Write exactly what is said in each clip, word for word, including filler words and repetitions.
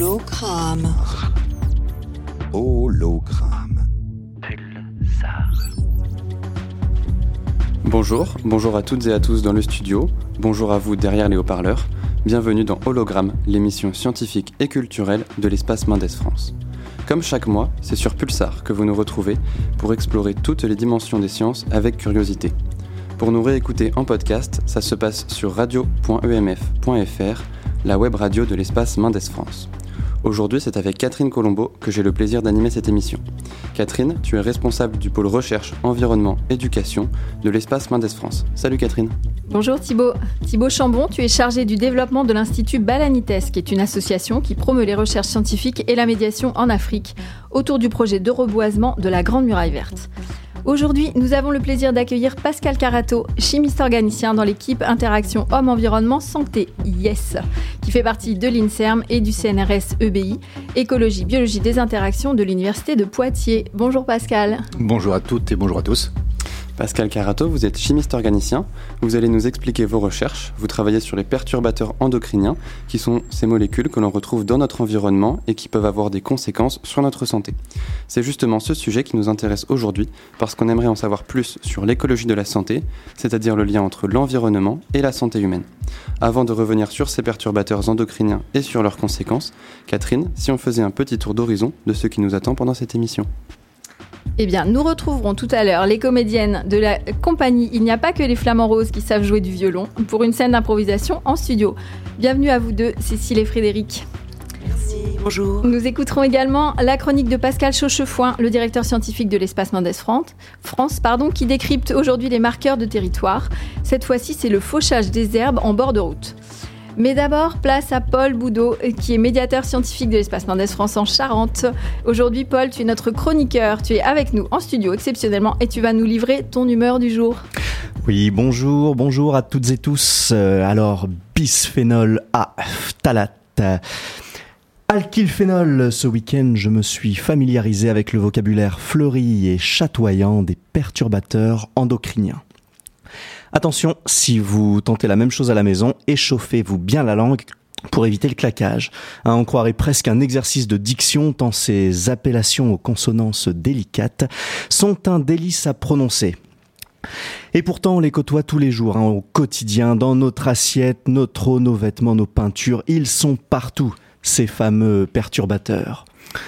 Hologramme. Hologramme. Pulsar. Bonjour, bonjour à toutes et à tous dans le studio, bonjour à vous derrière les haut-parleurs, bienvenue dans Hologramme, l'émission scientifique et culturelle de l'espace Mendes France. Comme chaque mois, c'est sur Pulsar que vous nous retrouvez pour explorer toutes les dimensions des sciences avec curiosité. Pour nous réécouter en podcast, ça se passe sur radio point e m f point f r, la web radio de l'espace Mendes France. Aujourd'hui, c'est avec Catherine Colombo que j'ai le plaisir d'animer cette émission. Catherine, tu es responsable du pôle recherche, environnement, éducation de l'espace Mendes France. Salut Catherine. Bonjour Thibaut. Thibaut Chambon, tu es chargé du développement de l'Institut Balanites, qui est une association qui promeut les recherches scientifiques et la médiation en Afrique, autour du projet de reboisement de la Grande Muraille Verte. Aujourd'hui, nous avons le plaisir d'accueillir Pascal Carato, chimiste organicien dans l'équipe Interaction Homme-Environnement Santé, I E S, qui fait partie de l'INSERM et du C N R S E B I, Écologie, Biologie des Interactions de l'Université de Poitiers. Bonjour Pascal. Bonjour à toutes et bonjour à tous. Pascal Carato, vous êtes chimiste organicien. Vous allez nous expliquer vos recherches. Vous travaillez sur les perturbateurs endocriniens, qui sont ces molécules que l'on retrouve dans notre environnement et qui peuvent avoir des conséquences sur notre santé. C'est justement ce sujet qui nous intéresse aujourd'hui, parce qu'on aimerait en savoir plus sur l'écologie de la santé, c'est-à-dire le lien entre l'environnement et la santé humaine. Avant de revenir sur ces perturbateurs endocriniens et sur leurs conséquences, Catherine, si on faisait un petit tour d'horizon de ce qui nous attend pendant cette émission. Eh bien, nous retrouverons tout à l'heure les comédiennes de la compagnie Il n'y a pas que les flamants roses qui savent jouer du violon pour une scène d'improvisation en studio. Bienvenue à vous deux, Cécile et Frédéric. Merci, bonjour. Nous écouterons également la chronique de Pascal Chauchefoin, le directeur scientifique de l'espace Mendes France, France pardon, qui décrypte aujourd'hui les marqueurs de territoire. Cette fois-ci, c'est le fauchage des herbes en bord de route. Mais d'abord, place à Paul Boudot, qui est médiateur scientifique de l'espace Mendes France en Charente. Aujourd'hui, Paul, tu es notre chroniqueur. Tu es avec nous en studio exceptionnellement et tu vas nous livrer ton humeur du jour. Oui, bonjour, bonjour à toutes et tous. Euh, alors, bisphénol A, phtalate. Alkylphénol, ce week-end, je me suis familiarisé avec le vocabulaire fleuri et chatoyant des perturbateurs endocriniens. Attention, si vous tentez la même chose à la maison, échauffez-vous bien la langue pour éviter le claquage. Hein, on croirait presque un exercice de diction tant ces appellations aux consonances délicates sont un délice à prononcer. Et pourtant, on les côtoie tous les jours, hein, au quotidien, dans notre assiette, notre eau, nos vêtements, nos peintures. Ils sont partout, ces fameux perturbateurs.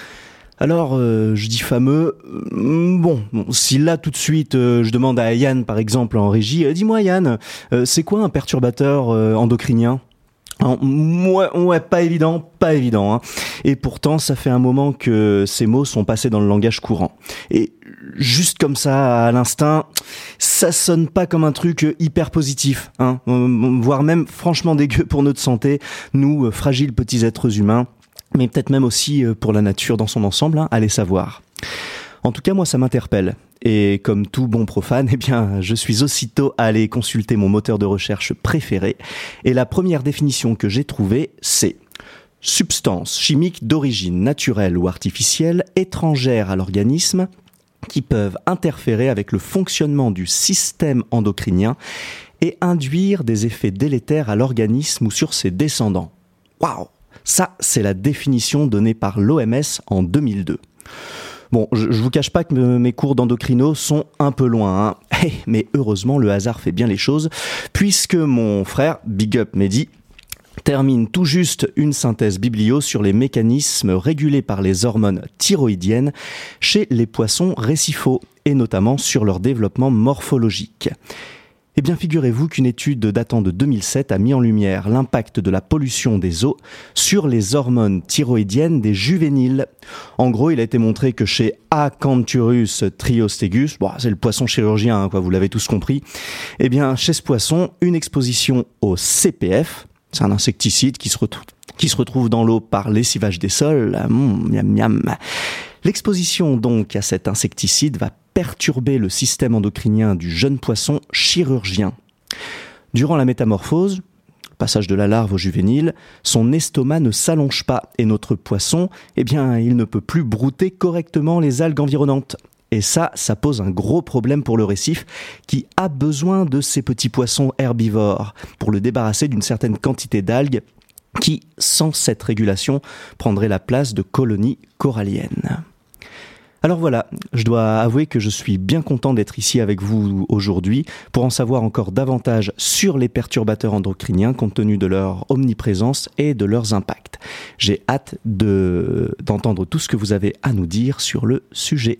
Alors, euh, je dis fameux, euh, bon, bon, si là tout de suite euh, je demande à Yann par exemple en régie, euh, dis-moi Yann, euh, c'est quoi un perturbateur euh, endocrinien ? Alors, ouais, ouais, pas évident, pas évident, hein. Et pourtant, ça fait un moment que ces mots sont passés dans le langage courant. Et juste comme ça, à l'instinct, ça sonne pas comme un truc hyper positif, hein, voire même franchement dégueu pour notre santé, nous, fragiles petits êtres humains. Mais peut-être même aussi pour la nature dans son ensemble, hein, allez savoir. En tout cas, moi, ça m'interpelle. Et comme tout bon profane, eh bien, je suis aussitôt allé consulter mon moteur de recherche préféré. Et la première définition que j'ai trouvée, c'est « substances chimiques d'origine naturelle ou artificielle étrangères à l'organisme qui peuvent interférer avec le fonctionnement du système endocrinien et induire des effets délétères à l'organisme ou sur ses descendants. » Waouh! Ça, c'est la définition donnée par l'O M S en deux mille deux. Bon, je, je vous cache pas que mes cours d'endocrino sont un peu loin, hein. Hey, mais heureusement, le hasard fait bien les choses, puisque mon frère, Big Up Mehdi, termine tout juste une synthèse biblio sur les mécanismes régulés par les hormones thyroïdiennes chez les poissons récifaux, et notamment sur leur développement morphologique. Eh bien, figurez-vous qu'une étude datant de deux mille sept a mis en lumière l'impact de la pollution des eaux sur les hormones thyroïdiennes des juvéniles. En gros, il a été montré que chez Acanthurus triostegus, bon, c'est le poisson chirurgien, hein, quoi, vous l'avez tous compris, eh bien, chez ce poisson, une exposition au C P F, c'est un insecticide qui se retrouve, qui se retrouve dans l'eau par lessivage des sols, mmh, miam miam. L'exposition donc à cet insecticide va perturber le système endocrinien du jeune poisson chirurgien. Durant la métamorphose, passage de la larve au juvénile, son estomac ne s'allonge pas et notre poisson, eh bien, il ne peut plus brouter correctement les algues environnantes. Et ça, ça pose un gros problème pour le récif qui a besoin de ces petits poissons herbivores pour le débarrasser d'une certaine quantité d'algues qui, sans cette régulation, prendraient la place de colonies coralliennes. Alors voilà, je dois avouer que je suis bien content d'être ici avec vous aujourd'hui pour en savoir encore davantage sur les perturbateurs endocriniens compte tenu de leur omniprésence et de leurs impacts. J'ai hâte de, d'entendre tout ce que vous avez à nous dire sur le sujet.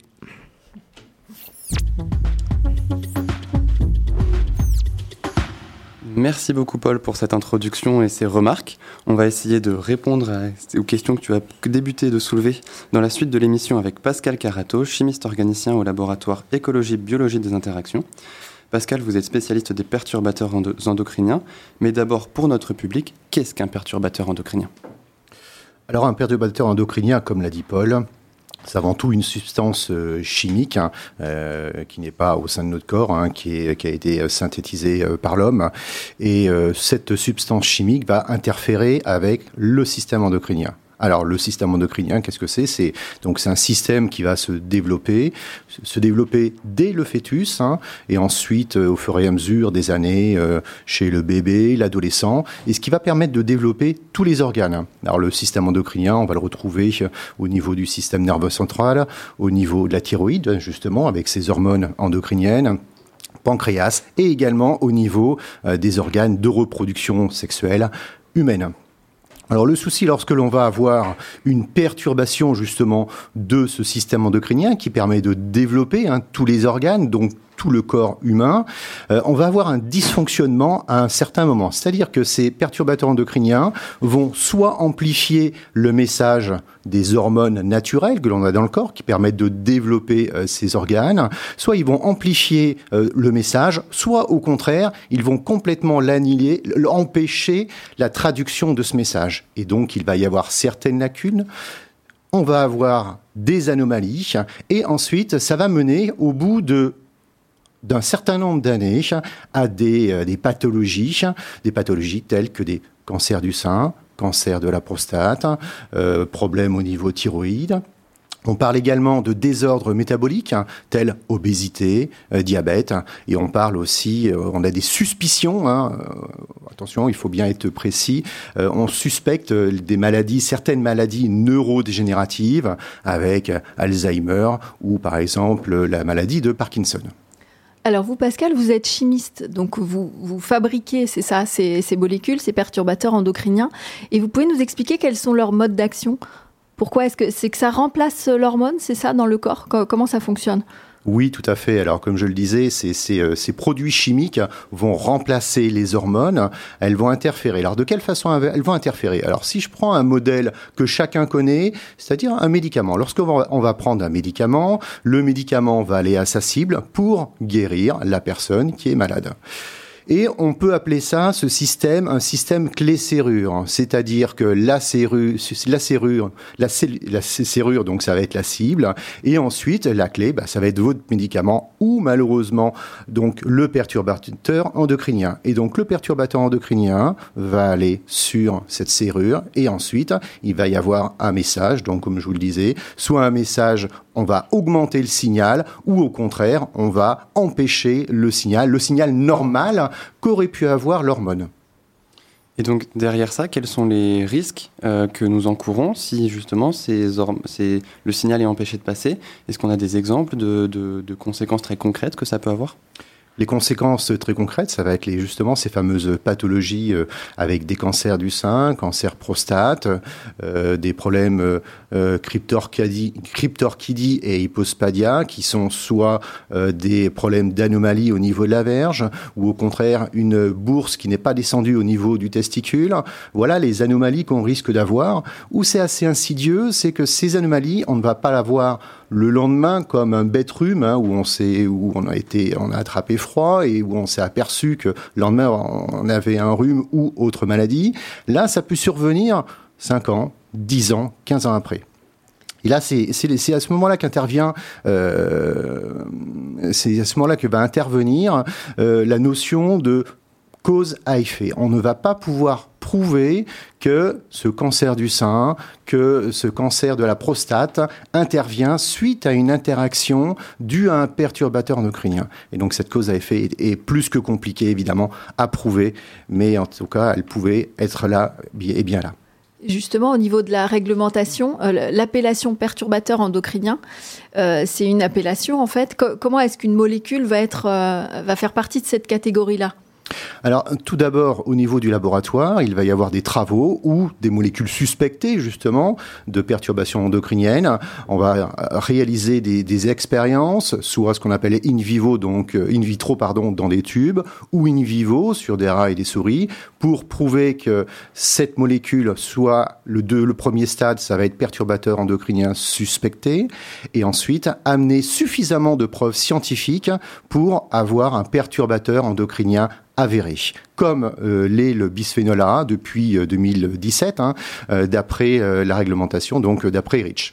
Merci beaucoup Paul pour cette introduction et ces remarques. On va essayer de répondre à, aux questions que tu as débuté de soulever dans la suite de l'émission avec Pascal Carato, chimiste organicien au laboratoire Écologie-Biologie des interactions. Pascal, vous être spécialiste des perturbateurs endocriniens, mais d'abord pour notre public, qu'est-ce qu'un perturbateur endocrinien ? Alors un perturbateur endocrinien, comme l'a dit Paul, c'est avant tout une substance euh, chimique hein, euh, qui n'est pas au sein de notre corps, hein, qui, est, qui a été synthétisée euh, par l'homme. Et euh, cette substance chimique va interférer avec le système endocrinien. Alors, le système endocrinien, qu'est-ce que c'est ? C'est donc c'est un système qui va se développer, se développer dès le fœtus, hein, et ensuite, euh, au fur et à mesure des années, euh, chez le bébé, l'adolescent, et ce qui va permettre de développer tous les organes. Alors, le système endocrinien, on va le retrouver au niveau du système nerveux central, au niveau de la thyroïde, justement, avec ses hormones endocriniennes, pancréas, et également au niveau euh, des organes de reproduction sexuelle humaine. Alors le souci, lorsque l'on va avoir une perturbation justement de ce système endocrinien qui permet de développer hein, tous les organes, donc tout le corps humain, euh, on va avoir un dysfonctionnement à un certain moment. C'est-à-dire que ces perturbateurs endocriniens vont soit amplifier le message des hormones naturelles que l'on a dans le corps, qui permettent de développer euh, ces organes, soit ils vont amplifier euh, le message, soit au contraire, ils vont complètement l'annihiler, empêcher la traduction de ce message. Et donc, il va y avoir certaines lacunes, on va avoir des anomalies, et ensuite, ça va mener au bout de d'un certain nombre d'années à des, euh, des pathologies, des pathologies telles que des cancers du sein, cancer de la prostate, euh, problèmes au niveau thyroïde. On parle également de désordres métaboliques, hein, tels obésité, euh, diabète, hein, et on parle aussi, euh, on a des suspicions, hein, euh, attention, il faut bien être précis, euh, on suspecte des maladies, certaines maladies neurodégénératives, avec Alzheimer ou par exemple la maladie de Parkinson. Alors vous, Pascal, vous êtes chimiste, donc vous, vous fabriquez, c'est ça, ces, ces molécules, ces perturbateurs endocriniens, et vous pouvez nous expliquer quels sont leurs modes d'action ? Pourquoi est-ce que c'est que ça remplace l'hormone, c'est ça, dans le corps ? Comment ça fonctionne ? Oui, tout à fait. Alors, comme je le disais, ces, ces, euh, ces produits chimiques vont remplacer les hormones. Elles vont interférer. Alors, de quelle façon elles vont interférer ? Alors, si je prends un modèle que chacun connaît, c'est-à-dire un médicament. Lorsqu'on va, on va prendre un médicament, le médicament va aller à sa cible pour guérir la personne qui est malade. Et on peut appeler ça, ce système, un système clé-serrure. C'est-à-dire que la serrure, la serrure, la, la serrure, donc ça va être la cible. Et ensuite, la clé, bah, ça va être votre médicament ou malheureusement, donc le perturbateur endocrinien. Et donc, le perturbateur endocrinien va aller sur cette serrure. Et ensuite, il va y avoir un message. Donc, comme je vous le disais, soit un message, on va augmenter le signal, ou au contraire, on va empêcher le signal, le signal normal qu'aurait pu avoir l'hormone. Et donc, derrière ça, quels sont les risques euh, que nous encourons si, justement, ces or- ces, le signal est empêché de passer ? Est-ce qu'on a des exemples de, de, de conséquences très concrètes que ça peut avoir ? Les conséquences très concrètes, ça va être les, justement ces fameuses pathologies euh, avec des cancers du sein, cancer prostate, euh, des problèmes euh, cryptorchidie, cryptorchidie et hypospadia, qui sont soit euh, des problèmes d'anomalie au niveau de la verge, ou au contraire une bourse qui n'est pas descendue au niveau du testicule. Voilà les anomalies qu'on risque d'avoir. Où c'est assez insidieux, c'est que ces anomalies, on ne va pas l'avoir le lendemain comme un bête rhume, hein, où on s'est, où on a été, on a attrapé froid et où on s'est aperçu que le lendemain on avait un rhume ou autre maladie. Là, ça peut survenir cinq ans, dix ans, quinze ans après. Et là, c'est, c'est, c'est à ce moment-là qu'intervient, euh, c'est à ce moment-là que va intervenir euh, la notion de cause à effet. On ne va pas pouvoir prouvé que ce cancer du sein, que ce cancer de la prostate intervient suite à une interaction due à un perturbateur endocrinien. Et donc cette cause à effet est, est plus que compliquée évidemment à prouver, mais en tout cas elle pouvait être là et bien là. Justement, au niveau de la réglementation, euh, l'appellation perturbateur endocrinien, euh, c'est une appellation en fait. Co- comment est-ce qu'une molécule va être, euh, va faire partie de cette catégorie-là ? Alors, tout d'abord, au niveau du laboratoire, il va y avoir des travaux où des molécules suspectées, justement, de perturbations endocriniennes. On va réaliser des, des expériences, soit ce qu'on appelle in vivo, donc in vitro, pardon, dans des tubes, ou in vivo, sur des rats et des souris, pour prouver que cette molécule, soit le, deux, le premier stade, ça va être perturbateur endocrinien suspecté, et ensuite amener suffisamment de preuves scientifiques pour avoir un perturbateur endocrinien avéré, comme euh, l'est le bisphénol A depuis euh, deux mille dix-sept, hein, euh, d'après euh, la réglementation, donc euh, d'après REACH.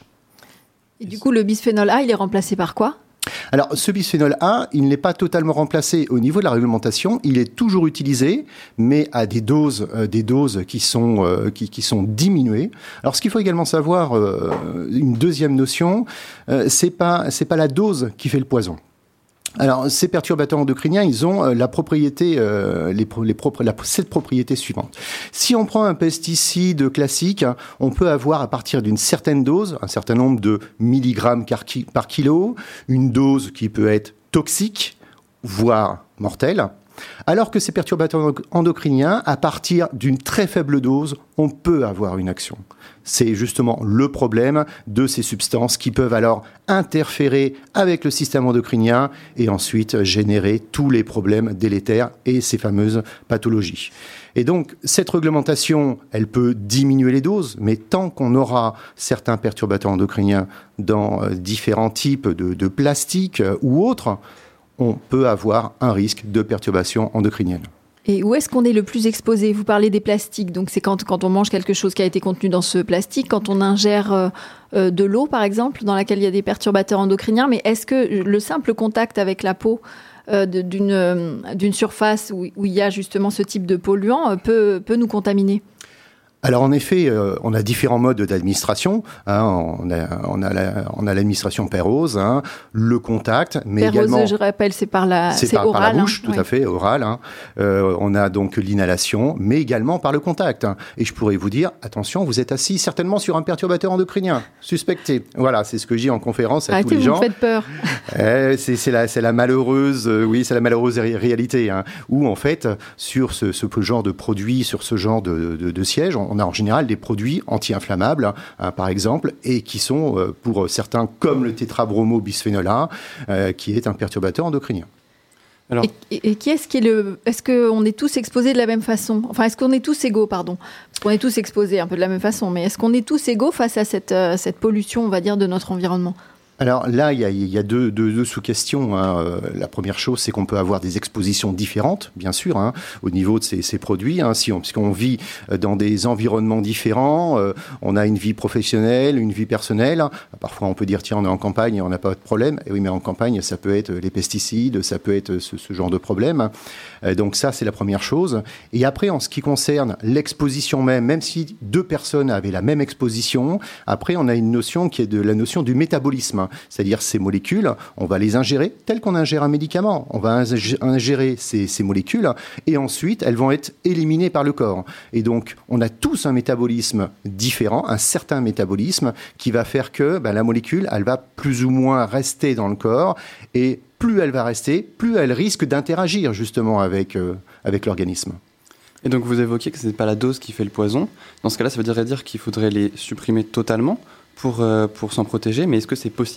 Et du coup, le bisphénol A, il est remplacé par quoi ? Alors, ce bisphénol A, il n'est pas totalement remplacé au niveau de la réglementation. Il est toujours utilisé, mais à des doses, euh, des doses qui sont euh, qui, qui sont diminuées. Alors, ce qu'il faut également savoir, euh, une deuxième notion, euh, c'est pas c'est pas la dose qui fait le poison. Alors, ces perturbateurs endocriniens, ils ont euh, la propriété, euh, les, les propres, la, cette propriété suivante. Si on prend un pesticide classique, on peut avoir à partir d'une certaine dose, un certain nombre de milligrammes par kilo, une dose qui peut être toxique, voire mortelle. Alors que ces perturbateurs endocriniens, à partir d'une très faible dose, on peut avoir une action. C'est justement le problème de ces substances qui peuvent alors interférer avec le système endocrinien et ensuite générer tous les problèmes délétères et ces fameuses pathologies. Et donc, cette réglementation, elle peut diminuer les doses, mais tant qu'on aura certains perturbateurs endocriniens dans différents types de, de plastiques ou autres, on peut avoir un risque de perturbation endocrinienne. Et où est-ce qu'on est le plus exposé ? Vous parlez des plastiques, donc c'est quand, quand on mange quelque chose qui a été contenu dans ce plastique, quand on ingère euh, euh, de l'eau, par exemple, dans laquelle il y a des perturbateurs endocriniens, mais est-ce que le simple contact avec la peau euh, de, d'une, euh, d'une surface où, où il y a justement ce type de polluant euh, peut, peut nous contaminer ? Alors en effet, euh, on a différents modes d'administration. Hein, on a, on a, la, on a l'administration per ose, hein, le contact, mais per également. Ose, je rappelle, c'est par la, c'est c'est par, oral, par la bouche, hein, tout oui. à fait, oral. Hein. Euh, on a donc l'inhalation, mais également par le contact. Hein. Et je pourrais vous dire, attention, vous êtes assis certainement sur un perturbateur endocrinien suspecté. Voilà, c'est ce que je dis en conférence à Arrêtez, tous les vous gens. me faites peur. Eh, c'est, c'est la, c'est la malheureuse, euh, oui, c'est la malheureuse ré- réalité, hein, où en fait, sur ce, ce genre de produit, sur ce genre de, de, de siège, on a en général des produits anti-inflammables, hein, par exemple, et qui sont, euh, pour certains, comme le tétrabromobisphénol A, euh, qui est un perturbateur endocrinien. Alors, Et, et, et qui est-ce qui est le... Est-ce qu'on est tous exposés de la même façon ? Enfin, est-ce qu'on est tous égaux, pardon ? Parce qu'on est tous exposés un peu de la même façon, mais est-ce qu'on est tous égaux face à cette, euh, cette pollution, on va dire, de notre environnement ? Alors là, il y a, il y a deux, deux, deux sous-questions. Hein. Euh, la première chose, c'est qu'on peut avoir des expositions différentes, bien sûr, hein, au niveau de ces, ces produits. Hein, si on, puisqu'on vit dans des environnements différents, euh, on a une vie professionnelle, une vie personnelle. Parfois, on peut dire, tiens, on est en campagne et on n'a pas de problème. Et oui, mais en campagne, ça peut être les pesticides, ça peut être ce, ce genre de problème. Euh, donc ça, c'est la première chose. Et après, en ce qui concerne l'exposition même, même si deux personnes avaient la même exposition, après, on a une notion qui est de la notion du métabolisme. C'est-à-dire ces molécules, on va les ingérer tel qu'on ingère un médicament. On va ingérer ces, ces molécules et ensuite, elles vont être éliminées par le corps. Et donc, on a tous un métabolisme différent, un certain métabolisme qui va faire que ben, la molécule, elle va plus ou moins rester dans le corps et plus elle va rester, plus elle risque d'interagir justement avec, euh, avec l'organisme. Et donc vous évoquiez que ce n'est pas la dose qui fait le poison. Dans ce cas-là, ça veut dire qu'il faudrait les supprimer totalement pour, euh, pour s'en protéger, mais est-ce que c'est possible ?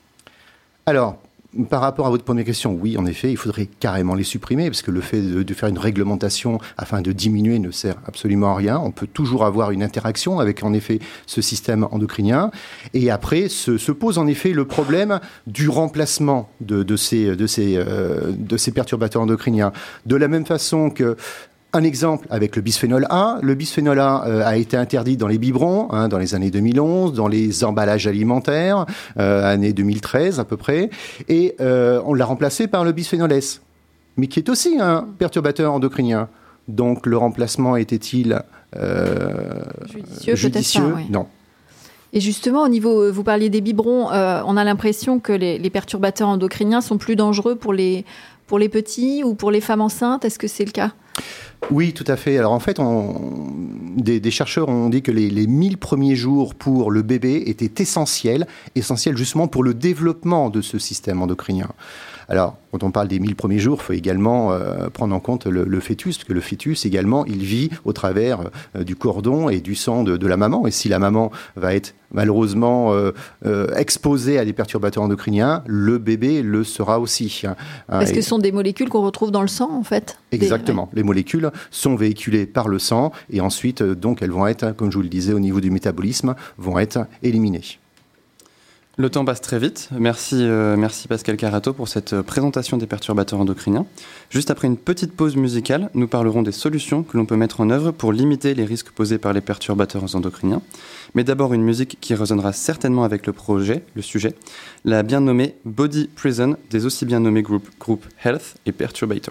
Alors, par rapport à votre première question, oui, en effet, il faudrait carrément les supprimer, parce que le fait de, de faire une réglementation afin de diminuer ne sert absolument à rien. On peut toujours avoir une interaction avec, en effet, ce système endocrinien. Et après, se, se pose en effet le problème du remplacement de, de, ces, de, ces, euh, de ces perturbateurs endocriniens. De la même façon que... Un exemple avec le bisphénol A. Le bisphénol A euh, a été interdit dans les biberons hein, dans les années deux mille onze, dans les emballages alimentaires, euh, année deux mille treize à peu près, et euh, on l'a remplacé par le bisphénol S, mais qui est aussi un perturbateur endocrinien. Donc le remplacement était-il euh, judicieux, judicieux peut-être pas, oui. Non. Et justement, au niveau, vous parliez des biberons, euh, on a l'impression que les, les perturbateurs endocriniens sont plus dangereux pour les, pour les petits ou pour les femmes enceintes. Est-ce que c'est le cas ? Oui, tout à fait. Alors en fait, on, des, des chercheurs ont dit que les, les mille premiers jours pour le bébé étaient essentiels, essentiels justement pour le développement de ce système endocrinien. Alors, quand on parle des mille premiers jours, il faut également euh, prendre en compte le, le fœtus, parce que le fœtus également, il vit au travers euh, du cordon et du sang de, de la maman. Et si la maman va être malheureusement euh, euh, exposée à des perturbateurs endocriniens, le bébé le sera aussi. Hein. Parce et... que ce sont des molécules qu'on retrouve dans le sang, en fait. Exactement. Des... Les molécules sont véhiculées par le sang et ensuite, donc, elles vont être, comme je vous le disais, au niveau du métabolisme, vont être éliminées. Le temps passe très vite. Merci, euh, merci Pascal Carato pour cette présentation des perturbateurs endocriniens. Juste après une petite pause musicale, nous parlerons des solutions que l'on peut mettre en œuvre pour limiter les risques posés par les perturbateurs endocriniens. Mais d'abord une musique qui résonnera certainement avec le projet, le sujet, la bien nommée Body Prison des aussi bien nommés groupes groupe Health et Perturbator.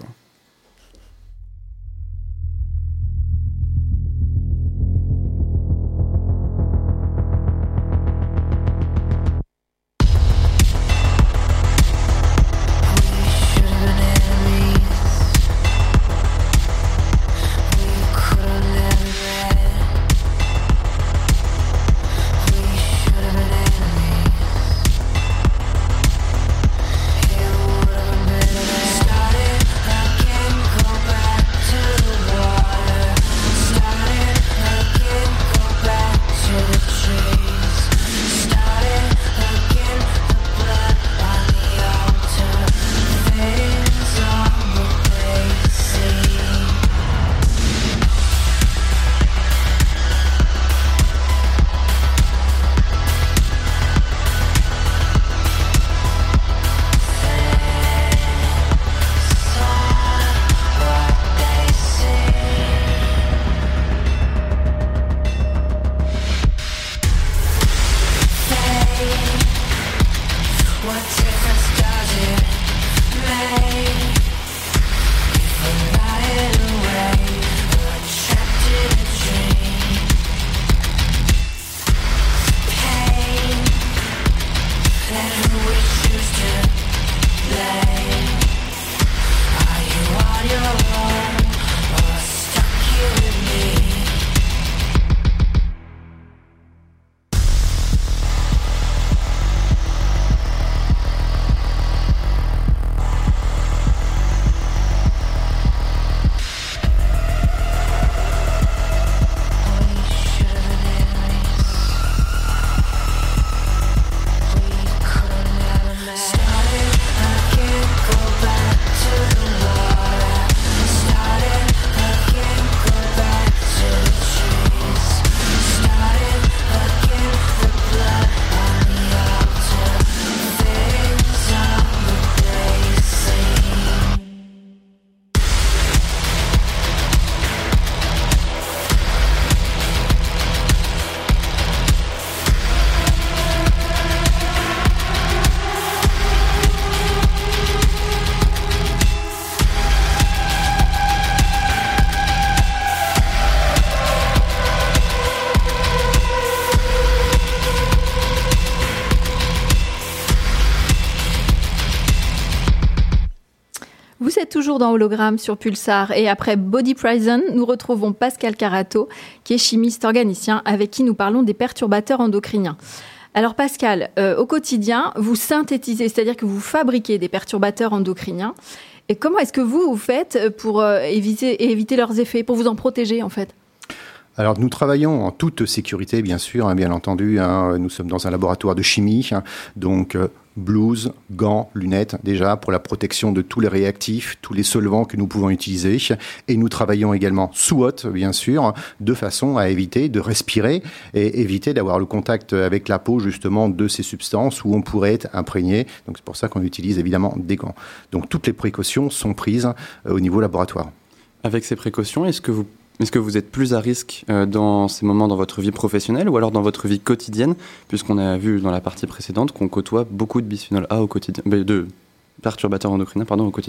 Vous êtes toujours dans Hologramme sur Pulsar et après Body Prison, nous retrouvons Pascal Carato, qui est chimiste organicien, avec qui nous parlons des perturbateurs endocriniens. Alors Pascal, euh, au quotidien, vous synthétisez, c'est-à-dire que vous fabriquez des perturbateurs endocriniens. Et comment est-ce que vous, vous faites pour euh, éviter, éviter leurs effets, pour vous en protéger en fait ? Alors nous travaillons en toute sécurité, bien sûr, hein, bien entendu. Hein, nous sommes dans un laboratoire de chimie, hein, donc euh, blouse, gants, lunettes, déjà pour la protection de tous les réactifs, tous les solvants que nous pouvons utiliser. Et nous travaillons également sous haute, bien sûr, de façon à éviter de respirer et éviter d'avoir le contact avec la peau, justement, de ces substances où on pourrait être imprégné. Donc c'est pour ça qu'on utilise évidemment des gants. Donc toutes les précautions sont prises euh, au niveau laboratoire. Avec ces précautions, est-ce que vous Est-ce que vous êtes plus à risque euh, dans ces moments dans votre vie professionnelle ou alors dans votre vie quotidienne, puisqu'on a vu dans la partie précédente qu'on côtoie beaucoup de bisphénol A au quotidien, de perturbateurs endocriniens pardon, au quotidien ?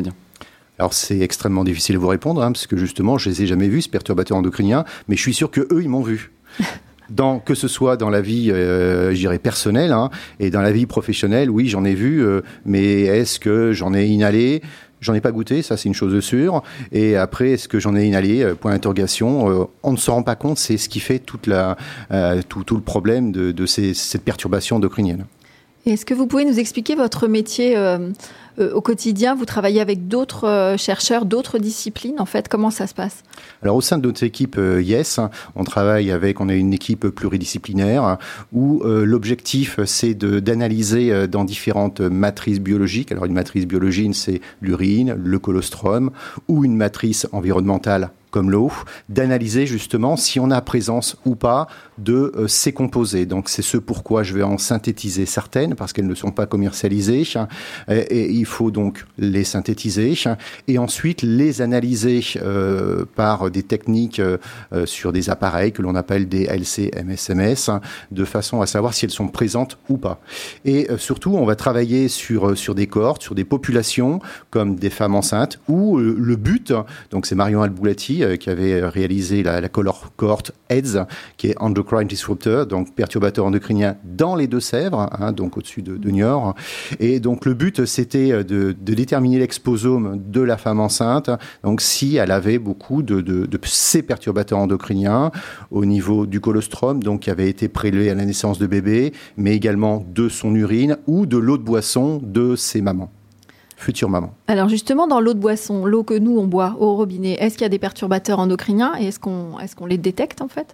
Alors c'est extrêmement difficile de vous répondre, hein, parce que justement, je les ai jamais vus, ces perturbateurs endocriniens, mais je suis sûr que eux, ils m'ont vu. Dans, que ce soit dans la vie, euh, je dirais, personnelle, hein, et dans la vie professionnelle, oui, j'en ai vu, euh, mais est-ce que j'en ai inhalé ? J'en ai pas goûté, ça c'est une chose de sûre. Et après, est-ce que j'en ai inhalé ? Point d'interrogation. Euh, on ne s'en rend pas compte, c'est ce qui fait toute la, euh, tout, tout le problème de, de ces, cette perturbation endocrinienne. Et est-ce que vous pouvez nous expliquer votre métier euh, euh, au quotidien ? Vous travaillez avec d'autres euh, chercheurs, d'autres disciplines, en fait, comment ça se passe ? Alors au sein de notre équipe euh, Yes, on travaille avec, on a une équipe pluridisciplinaire où euh, l'objectif c'est de, d'analyser euh, dans différentes matrices biologiques. Alors une matrice biologique c'est l'urine, le colostrum ou une matrice environnementale comme l'eau, d'analyser justement si on a présence ou pas de euh, ces composés. Donc c'est ce pourquoi je vais en synthétiser certaines, parce qu'elles ne sont pas commercialisées, et, et il faut donc les synthétiser, et ensuite les analyser euh, par des techniques euh, sur des appareils que l'on appelle des L C M S M S, de façon à savoir si elles sont présentes ou pas. Et euh, surtout, on va travailler sur, sur des cohortes, sur des populations, comme des femmes enceintes, où euh, le but, donc c'est Marion Alboulati, qui avait réalisé la, la cohorte E D S, qui est Endocrine Disruptor, donc perturbateur endocrinien dans les Deux-Sèvres, hein, donc au-dessus de, de Niort. Et donc le but, c'était de, de déterminer l'exposome de la femme enceinte, donc si elle avait beaucoup de, de, de ces perturbateurs endocriniens au niveau du colostrum, donc qui avait été prélevé à la naissance de bébé, mais également de son urine ou de l'eau de boisson de ses mamans. Future maman. Alors justement, dans l'eau de boisson, l'eau que nous, on boit au robinet, est-ce qu'il y a des perturbateurs endocriniens et est-ce qu'on, est-ce qu'on les détecte en fait ?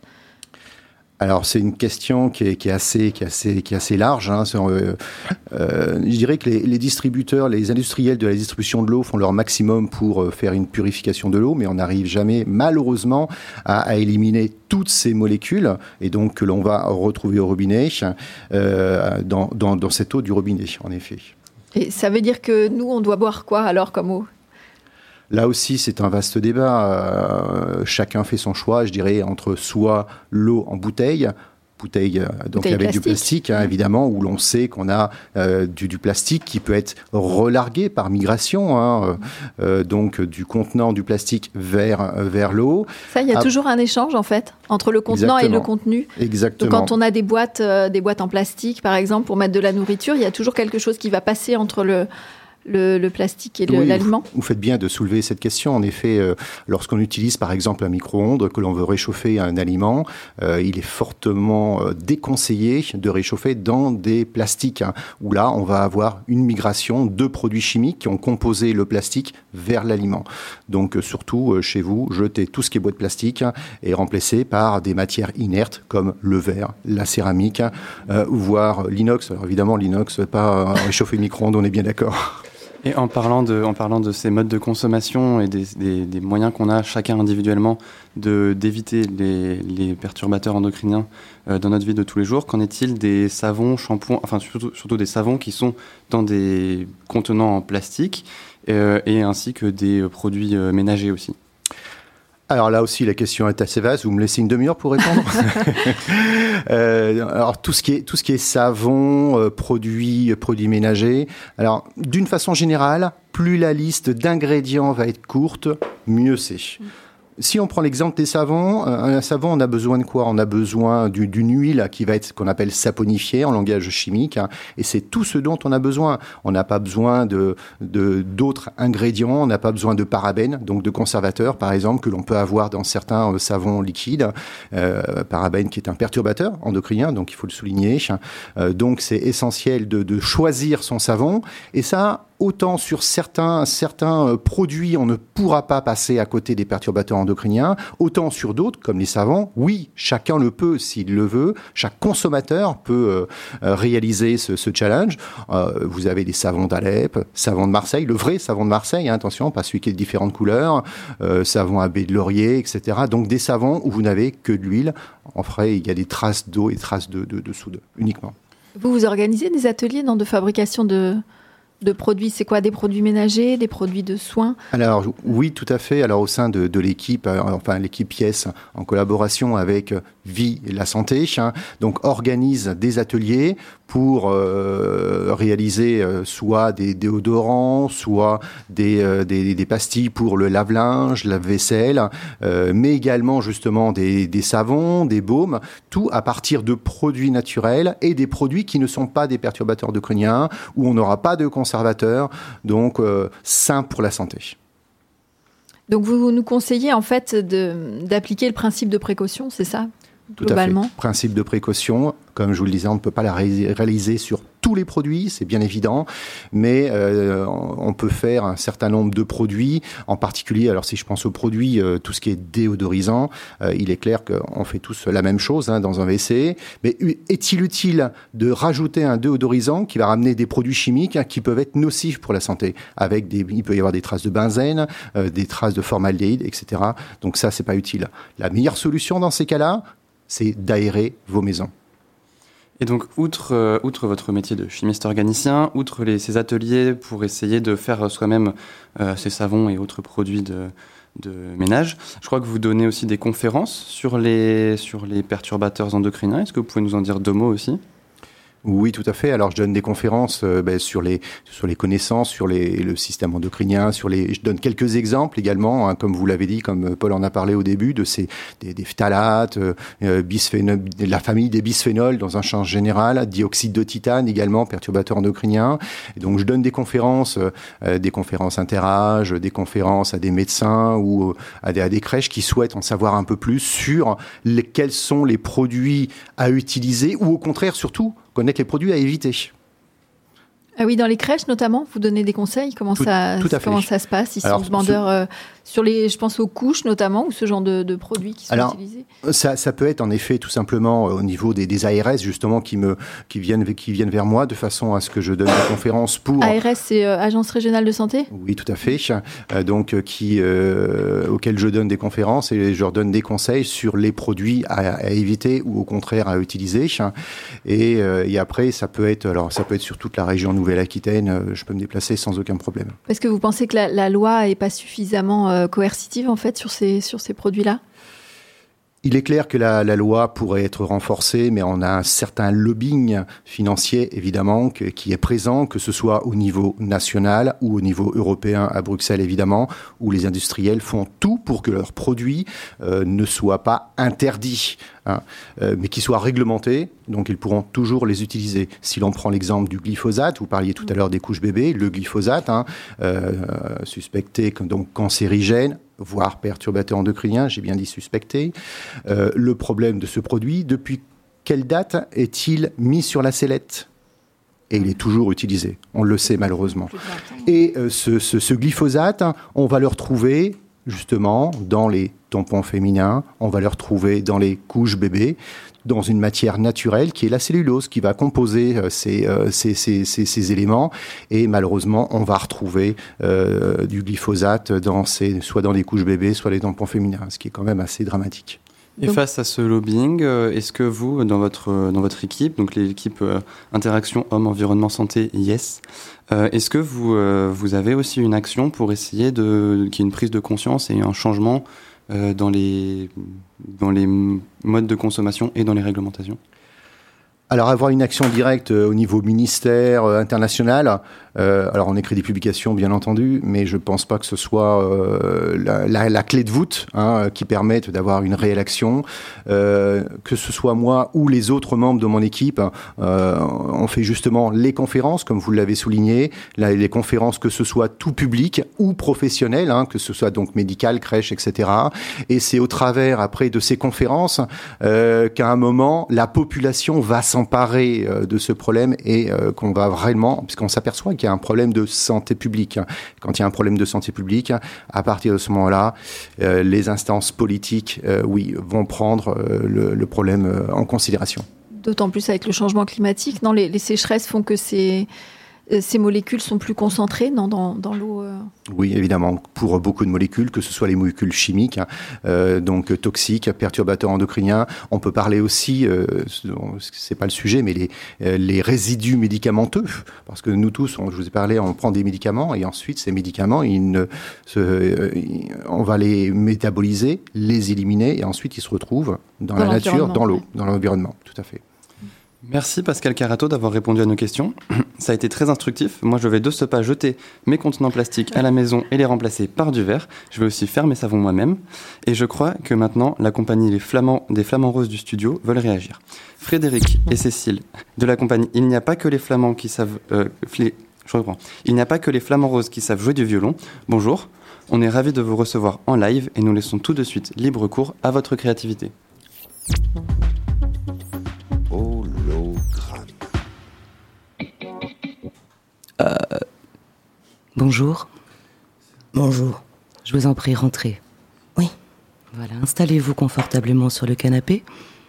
Alors c'est une question qui est, qui est, assez, qui est, assez, qui est assez large. Hein. Euh, euh, je dirais que les, les distributeurs, les industriels de la distribution de l'eau font leur maximum pour faire une purification de l'eau, mais on n'arrive jamais, malheureusement, à, à éliminer toutes ces molécules, et donc que l'on va retrouver au robinet, euh, dans, dans, dans cette eau du robinet, en effet. Et ça veut dire que nous, on doit boire quoi alors comme eau ? Là aussi, c'est un vaste débat. Euh, chacun fait son choix, je dirais, entre soit l'eau en bouteille, bouteille euh, donc bouteille avec plastique. du plastique, hein, évidemment, où l'on sait qu'on a euh, du, du plastique qui peut être relargué par migration, hein, euh, donc du contenant du plastique vers, vers l'eau. Ça, il y a ah, toujours un échange, en fait, entre le contenant exactement. et le contenu. Exactement. Donc, quand on a des boîtes, euh, des boîtes en plastique, par exemple, pour mettre de la nourriture, il y a toujours quelque chose qui va passer entre le... Le, le plastique et le, oui, l'aliment. Vous, vous faites bien de soulever cette question. En effet, euh, lorsqu'on utilise par exemple un micro-ondes, que l'on veut réchauffer un aliment, euh, il est fortement euh, déconseillé de réchauffer dans des plastiques, hein, où là, on va avoir une migration de produits chimiques qui ont composé le plastique vers l'aliment. Donc, euh, surtout, euh, chez vous, jetez tout ce qui est boîte plastique, hein, et remplacez par des matières inertes comme le verre, la céramique, euh, voire l'inox. Alors évidemment, l'inox, pas euh, réchauffer le micro-ondes, on est bien d'accord. Et en parlant de, en parlant de ces modes de consommation et des, des, des moyens qu'on a chacun individuellement de, d'éviter les, les perturbateurs endocriniens euh, dans notre vie de tous les jours, qu'en est-il des savons, shampoings, enfin surtout, surtout des savons qui sont dans des contenants en plastique euh, et ainsi que des produits euh, ménagers aussi ? Alors là aussi, la question est assez vaste. Vous me laissez une demi-heure pour répondre. euh, alors tout ce qui est tout ce qui est savon, euh, produits, produits ménagers. Alors d'une façon générale, plus la liste d'ingrédients va être courte, mieux c'est. Si on prend l'exemple des savons, un savon, on a besoin de quoi ? On a besoin du, d'une huile qui va être ce qu'on appelle saponifiée en langage chimique, hein, et c'est tout ce dont on a besoin. On n'a pas besoin de, de, d'autres ingrédients, on n'a pas besoin de parabènes, donc de conservateurs, par exemple, que l'on peut avoir dans certains euh, savons liquides. Euh, parabène qui est un perturbateur endocrinien, donc il faut le souligner. Euh, donc c'est essentiel de, de choisir son savon, et ça... Autant sur certains, certains produits, on ne pourra pas passer à côté des perturbateurs endocriniens, autant sur d'autres, comme les savons, oui, chacun le peut s'il le veut, chaque consommateur peut euh, réaliser ce, ce challenge. Euh, vous avez des savons d'Alep, savon de Marseille, le vrai savon de Marseille, hein, attention, pas celui qui est de différentes couleurs, euh, savon à baie de laurier, et cetera. Donc des savons où vous n'avez que de l'huile. En vrai, il y a des traces d'eau et traces de, de, de soude, uniquement. Vous, vous organisez des ateliers dans de fabrication de... de produits, c'est quoi, des produits ménagers, des produits de soins? Alors oui, tout à fait. Alors au sein de, de l'équipe, euh, enfin l'équipe Yes, en collaboration avec Vie et la Santé, hein, donc organise des ateliers pour euh, réaliser euh, soit des déodorants, soit des, euh, des, des pastilles pour le lave-linge, lave-vaisselle, euh, mais également justement des, des savons, des baumes, tout à partir de produits naturels et des produits qui ne sont pas des perturbateurs endocriniens, où on n'aura pas de conservateurs, donc euh, sains pour la santé. Donc vous nous conseillez en fait de, d'appliquer le principe de précaution, c'est ça? Tout à fait. Principe de précaution, comme je vous le disais, on ne peut pas la réaliser sur tous les produits, c'est bien évident, mais euh, on peut faire un certain nombre de produits, en particulier, alors si je pense aux produits, euh, tout ce qui est déodorisant, euh, il est clair qu'on fait tous la même chose hein, dans un W C, mais est-il utile de rajouter un déodorisant qui va ramener des produits chimiques hein, qui peuvent être nocifs pour la santé, avec des, il peut y avoir des traces de benzène, euh, des traces de formaldéhyde, et cetera. Donc ça, c'est pas utile. La meilleure solution dans ces cas-là, c'est d'aérer vos maisons. Et donc, outre, euh, outre votre métier de chimiste organicien, outre les, ces ateliers pour essayer de faire soi-même euh, ces savons et autres produits de, de ménage, je crois que vous donnez aussi des conférences sur les, sur les perturbateurs endocriniens. Est-ce que vous pouvez nous en dire deux mots aussi ? Oui, tout à fait. Alors, je donne des conférences euh, ben, sur les sur les connaissances, sur les, le système endocrinien, sur les. Je donne quelques exemples également, hein, comme vous l'avez dit, comme Paul en a parlé au début, de ces des, des phtalates, euh, bisphénol, de la famille des bisphénols dans un champ général, dioxyde de titane également, perturbateur endocrinien. Et donc, je donne des conférences, euh, des conférences interâges, des conférences à des médecins ou à des, à des crèches qui souhaitent en savoir un peu plus sur les, quels sont les produits à utiliser ou au contraire, surtout, connaître les produits à éviter. Ah oui, dans les crèches notamment, vous donnez des conseils. Comment tout, ça, tout à comment fait. ça se passe? Ils sont Alors, demandeurs ce... euh, sur les, je pense aux couches notamment, ou ce genre de, de produits qui sont Alors, utilisés. Ça, ça peut être en effet tout simplement au niveau des, des A R S justement qui me, qui viennent, qui viennent vers moi de façon à ce que je donne des conférences pour. A R S, c'est euh, Agence régionale de santé. Oui, tout à fait. Euh, donc, qui, euh, auxquels je donne des conférences et je leur donne des conseils sur les produits à, à éviter ou au contraire à utiliser. Et, euh, et après, ça peut être, alors ça peut être sur toute la région Nouvelle-Aquitaine. Je peux me déplacer sans aucun problème. Parce que vous pensez que la, la loi n'est pas suffisamment euh, coercitive en fait sur ces, sur ces produits-là? Il est clair que la, la loi pourrait être renforcée, mais on a un certain lobbying financier, évidemment, que, qui est présent, que ce soit au niveau national ou au niveau européen à Bruxelles, évidemment, où les industriels font tout pour que leurs produits euh, ne soient pas interdits, hein, euh, mais qu'ils soient réglementés, donc ils pourront toujours les utiliser. Si l'on prend l'exemple du glyphosate, vous parliez tout à l'heure des couches bébés, le glyphosate, hein, euh, suspecté comme donc cancérigène, voire perturbateur endocrinien, j'ai bien dit suspecté. Euh, le problème de ce produit, depuis quelle date est-il mis sur la sellette ? Et il est toujours utilisé, on le sait malheureusement. Et euh, ce, ce, ce glyphosate, on va le retrouver justement dans les tampons féminins, on va le retrouver dans les couches bébés, dans une matière naturelle qui est la cellulose, qui va composer euh, ces, euh, ces, ces, ces, ces éléments. Et malheureusement, on va retrouver euh, du glyphosate dans ces, soit dans les couches bébés, soit les tampons féminins, ce qui est quand même assez dramatique. Et donc, face à ce lobbying, est-ce que vous, dans votre, dans votre équipe, donc l'équipe euh, Interaction Homme, Environnement, Santé, Yes, euh, est-ce que vous, euh, vous avez aussi une action pour essayer de, qu'il y ait une prise de conscience et un changement euh, dans les, dans les modes de consommation et dans les réglementations ? Alors, avoir une action directe euh, au niveau ministère, euh, international, euh, alors on écrit des publications, bien entendu, mais je ne pense pas que ce soit euh, la, la, la clé de voûte hein, qui permette d'avoir une réelle action. Euh, que ce soit moi ou les autres membres de mon équipe, euh, on fait justement les conférences, comme vous l'avez souligné, là, les conférences que ce soit tout public ou professionnel, hein, que ce soit donc médical, crèche, et cetera. Et c'est au travers, après, de ces conférences euh, qu'à un moment, la population va s'emparer euh, de ce problème et euh, qu'on va vraiment, puisqu'on s'aperçoit qu'il y a un problème de santé publique. Quand il y a un problème de santé publique, à partir de ce moment-là, euh, les instances politiques, euh, oui, vont prendre euh, le, le problème euh, en considération. D'autant plus avec le changement climatique, non, les, les sécheresses font que ces, euh, ces molécules sont plus concentrées non, dans, dans l'eau euh... Oui, évidemment, pour beaucoup de molécules, que ce soit les molécules chimiques, hein, euh, donc toxiques, perturbateurs endocriniens. On peut parler aussi, euh, c'est pas le sujet, mais les, euh, les résidus médicamenteux, parce que nous tous, on, je vous ai parlé, on prend des médicaments et ensuite ces médicaments, ils ne, se, euh, on va les métaboliser, les éliminer et ensuite ils se retrouvent dans, dans la nature, dans l'eau, dans l'environnement, tout à fait. Merci Pascal Carato d'avoir répondu à nos questions. Ça a été très instructif. Moi, je vais de ce pas jeter mes contenants plastiques à la maison et les remplacer par du verre. Je vais aussi faire mes savons moi-même. Et je crois que maintenant, la compagnie Les Flamands, des Flamands Roses du studio veulent réagir. Frédéric et Cécile de la compagnie Il n'y a pas que les Flamands qui savent... Euh, fli... Je reprends. Il n'y a pas que les Flamands Roses qui savent jouer du violon. Bonjour. On est ravis de vous recevoir en live et nous laissons tout de suite libre cours à votre créativité. Euh, bonjour. Bonjour. Je vous en prie, rentrez. Oui. Voilà, installez-vous confortablement sur le canapé.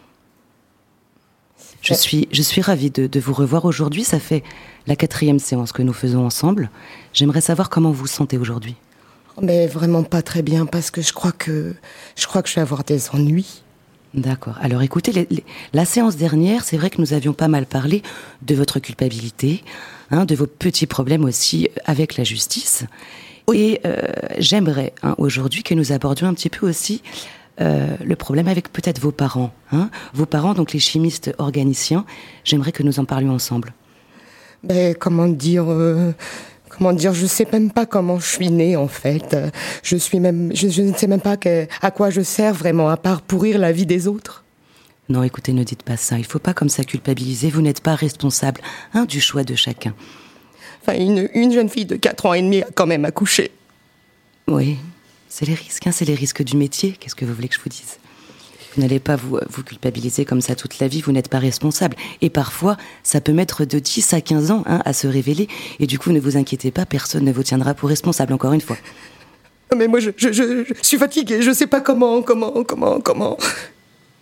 Je suis, je suis ravie de, de vous revoir aujourd'hui. Ça fait la quatrième séance que nous faisons ensemble. J'aimerais savoir comment vous vous sentez aujourd'hui. Mais vraiment pas très bien, parce que je crois que je crois que je vais avoir des ennuis. D'accord. Alors écoutez, les, les, la séance dernière, c'est vrai que nous avions pas mal parlé de votre culpabilité, hein, de vos petits problèmes aussi avec la justice. Oui. Et euh, j'aimerais hein, aujourd'hui que nous abordions un petit peu aussi euh, le problème avec peut-être vos parents. Hein. Vos parents, donc les chimistes organiciens, j'aimerais que nous en parlions ensemble. Mais comment dire... Euh... Comment dire, je sais même pas comment je suis née, en fait. Je suis même, je, je ne sais même pas que, à quoi je sers vraiment, à part pourrir la vie des autres. Non, écoutez, ne dites pas ça. Il faut pas comme ça culpabiliser. Vous n'êtes pas responsable, hein, du choix de chacun. Enfin, une, une jeune fille de quatre ans et demi a quand même accouché. Oui, c'est les risques, hein, c'est les risques du métier. Qu'est-ce que vous voulez que je vous dise ? Vous n'allez pas vous, vous culpabiliser comme ça toute la vie, vous n'êtes pas responsable. Et parfois, ça peut mettre de dix à quinze ans hein, à se révéler. Et du coup, ne vous inquiétez pas, personne ne vous tiendra pour responsable, encore une fois. Mais moi, je, je, je, je suis fatiguée, je sais pas comment, comment, comment, comment... Comment ?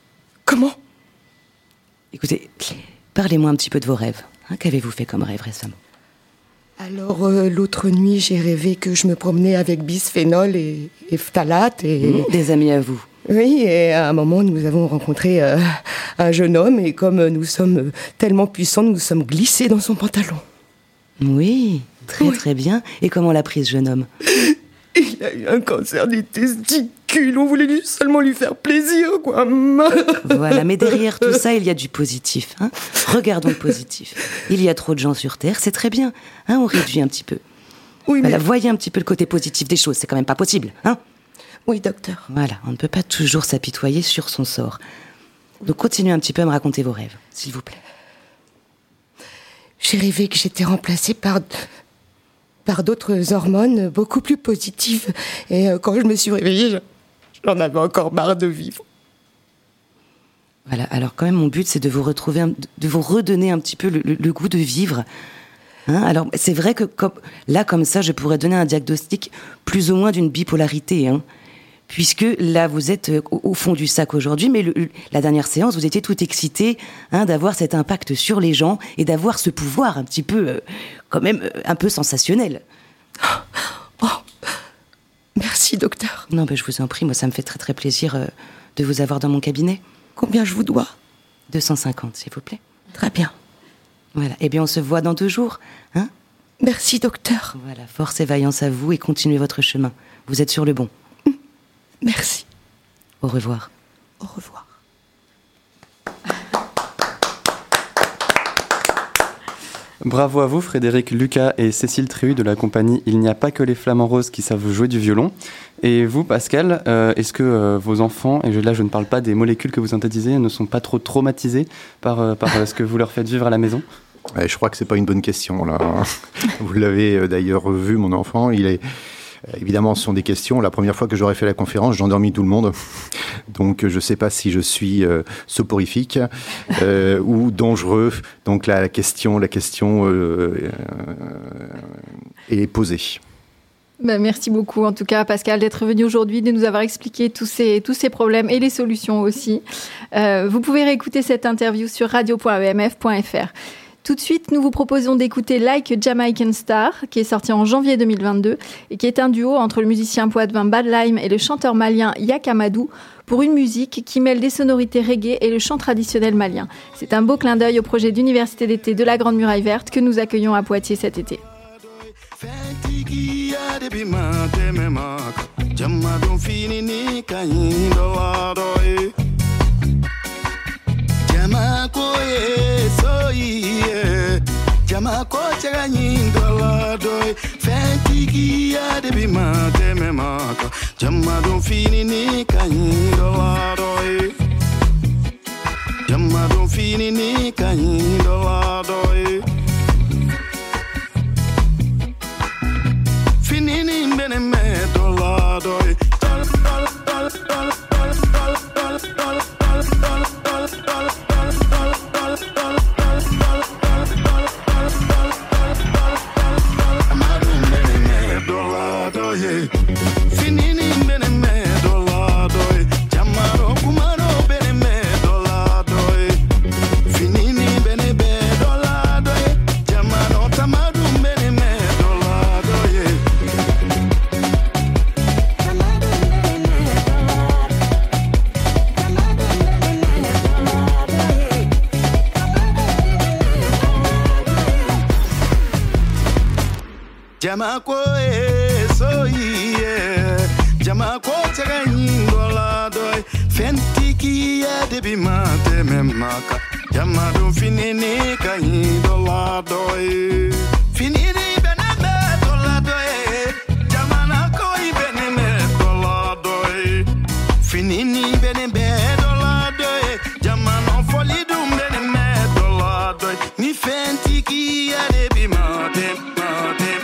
Écoutez, parlez-moi un petit peu de vos rêves. Hein, qu'avez-vous fait comme rêve récemment ? Alors, euh, l'autre nuit, j'ai rêvé que je me promenais avec bisphénol et, et phtalate et... Mmh, des amis à vous. Oui, et à un moment, nous avons rencontré euh, un jeune homme, et comme nous sommes tellement puissants, nous nous sommes glissés dans son pantalon. Oui, très oui. très bien. Et comment l'a pris ce jeune homme ? Il a eu un cancer des testicules, on voulait lui, seulement lui faire plaisir, quoi. Voilà, mais derrière tout ça, il y a du positif. Hein. Regardons le positif. Il y a trop de gens sur Terre, c'est très bien. Hein, on réduit un petit peu. Oui, voilà, mais... voyez un petit peu le côté positif des choses, c'est quand même pas possible, hein ? Oui, docteur. Voilà, on ne peut pas toujours s'apitoyer sur son sort. Donc continuez un petit peu à me raconter vos rêves, s'il vous plaît. J'ai rêvé que j'étais remplacée par, par d'autres hormones beaucoup plus positives. Et euh, quand je me suis réveillée, j'en avais encore marre de vivre. Voilà, alors quand même mon but c'est de vous retrouver, un, de vous redonner un petit peu le, le, le goût de vivre. Hein, alors c'est vrai que comme, là comme ça je pourrais donner un diagnostic plus ou moins d'une bipolarité, hein. Puisque là, vous êtes au, au fond du sac aujourd'hui, mais le, la dernière séance, vous étiez tout excité hein, d'avoir cet impact sur les gens et d'avoir ce pouvoir un petit peu, euh, quand même, euh, un peu sensationnel. Oh, merci, docteur. Non, ben, je vous en prie, moi, ça me fait très très plaisir euh, de vous avoir dans mon cabinet. Combien je vous dois ? deux cent cinquante, s'il vous plaît. Très bien. Voilà, eh bien, on se voit dans deux jours, hein ? Merci, docteur. Voilà, force et vaillance à vous et continuez votre chemin. Vous êtes sur le bon. Merci. Au revoir. Au revoir. Bravo à vous Frédéric, Lucas et Cécile Tréhu de la compagnie Il n'y a pas que les Flamands Roses qui savent jouer du violon. Et vous Pascal, euh, est-ce que euh, vos enfants, et là je ne parle pas des molécules que vous synthétisez, ne sont pas trop traumatisés par, euh, par euh, ce que vous leur faites vivre à la maison ? Ouais, je crois que c'est pas une bonne question là. Vous l'avez euh, d'ailleurs vu, mon enfant, il est... Évidemment, ce sont des questions. La première fois que j'aurais fait la conférence, j'ai endormi tout le monde. Donc, je ne sais pas si je suis euh, soporifique euh, ou dangereux. Donc, la, la question, la question euh, euh, est posée. Ben, merci beaucoup, en tout cas, Pascal, d'être venu aujourd'hui, de nous avoir expliqué tous ces, tous ces problèmes et les solutions aussi. Euh, vous pouvez réécouter cette interview sur radio point e m f point f r. Tout de suite, nous vous proposons d'écouter Like a Jamaican Star, qui est sorti en janvier deux mille vingt-deux et qui est un duo entre le musicien poitevin Bad Lime et le chanteur malien Yak Amadou pour une musique qui mêle des sonorités reggae et le chant traditionnel malien. C'est un beau clin d'œil au projet d'université d'été de la Grande Muraille Verte que nous accueillons à Poitiers cet été. Jama ko chaga nyindo la doy fenti ki ya de bi ma te me ma ka jama don fini ni ka nyindo la doy jama don fini ni ka nyindo la doy fini ni bene me do la doy tol tol tol tol tol tol tol tol tol tol tol Jamako e so ye Jamako chaga nyingola doy fenti ki ya de bi ma te me maka Jamado finini ka nyingola doy finini bene me dola doy Jamana ko i bene me dola doy finini bene be dola doy Jamano foli dum bene me dola doy ni fenti ki ya de bi ma te ma te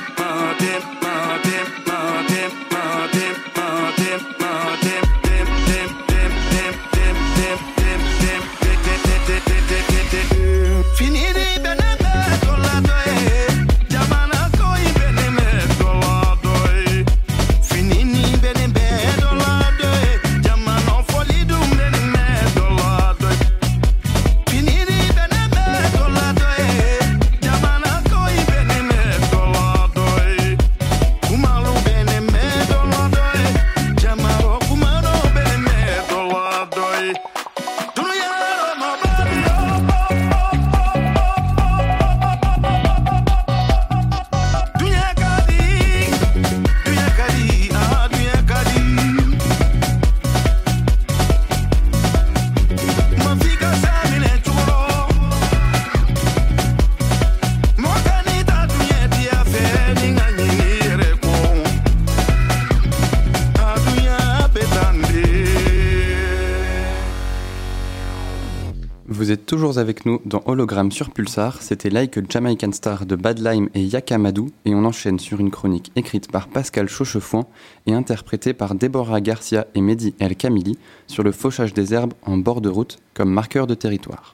Vous êtes toujours avec nous dans Hologramme sur Pulsar, c'était Like a Jamaican Star de Bad Lime et Yak Amadou et on enchaîne sur une chronique écrite par Pascal Chauchefouin et interprétée par Déborah Garcia et Mehdi El Kamili sur le fauchage des herbes en bord de route comme marqueur de territoire.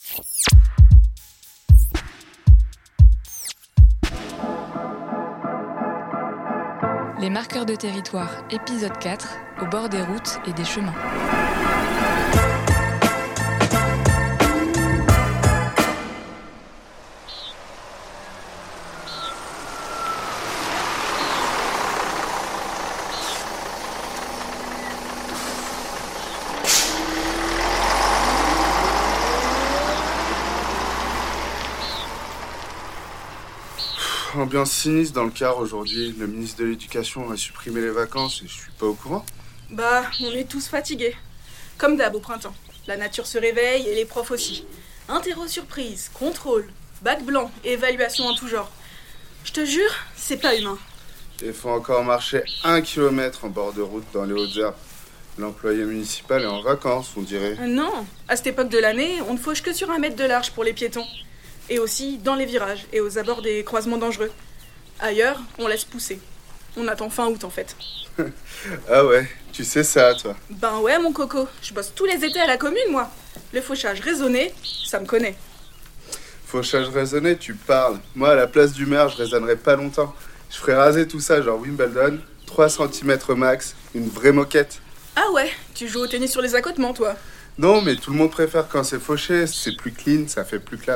Les marqueurs de territoire, épisode quatre, au bord des routes et des chemins. Ambiance sinistre dans le car aujourd'hui. Le ministre de l'Éducation a supprimé les vacances et je suis pas au courant. Bah, on est tous fatigués. Comme d'hab au printemps. La nature se réveille et les profs aussi. Interro surprise, contrôle, bac blanc, évaluation en tout genre. Je te jure, c'est pas humain. Il faut encore marcher un kilomètre en bord de route dans les Hautes-Herbes. L'employé municipal est en vacances, on dirait. Euh, non, à cette époque de l'année, on ne fauche que sur un mètre de large pour les piétons. Et aussi dans les virages et aux abords des croisements dangereux. Ailleurs, on laisse pousser. On attend fin août en fait. Ah ouais, tu sais ça toi? Ben ouais mon coco, je bosse tous les étés à la commune moi. Le fauchage raisonné, ça me connaît. Fauchage raisonné, tu parles. Moi à la place du maire, je raisonnerai pas longtemps. Je ferai raser tout ça genre Wimbledon, trois centimètres max, une vraie moquette. Ah ouais, tu joues au tennis sur les accotements toi? Non mais tout le monde préfère quand c'est fauché, c'est plus clean, ça fait plus classe.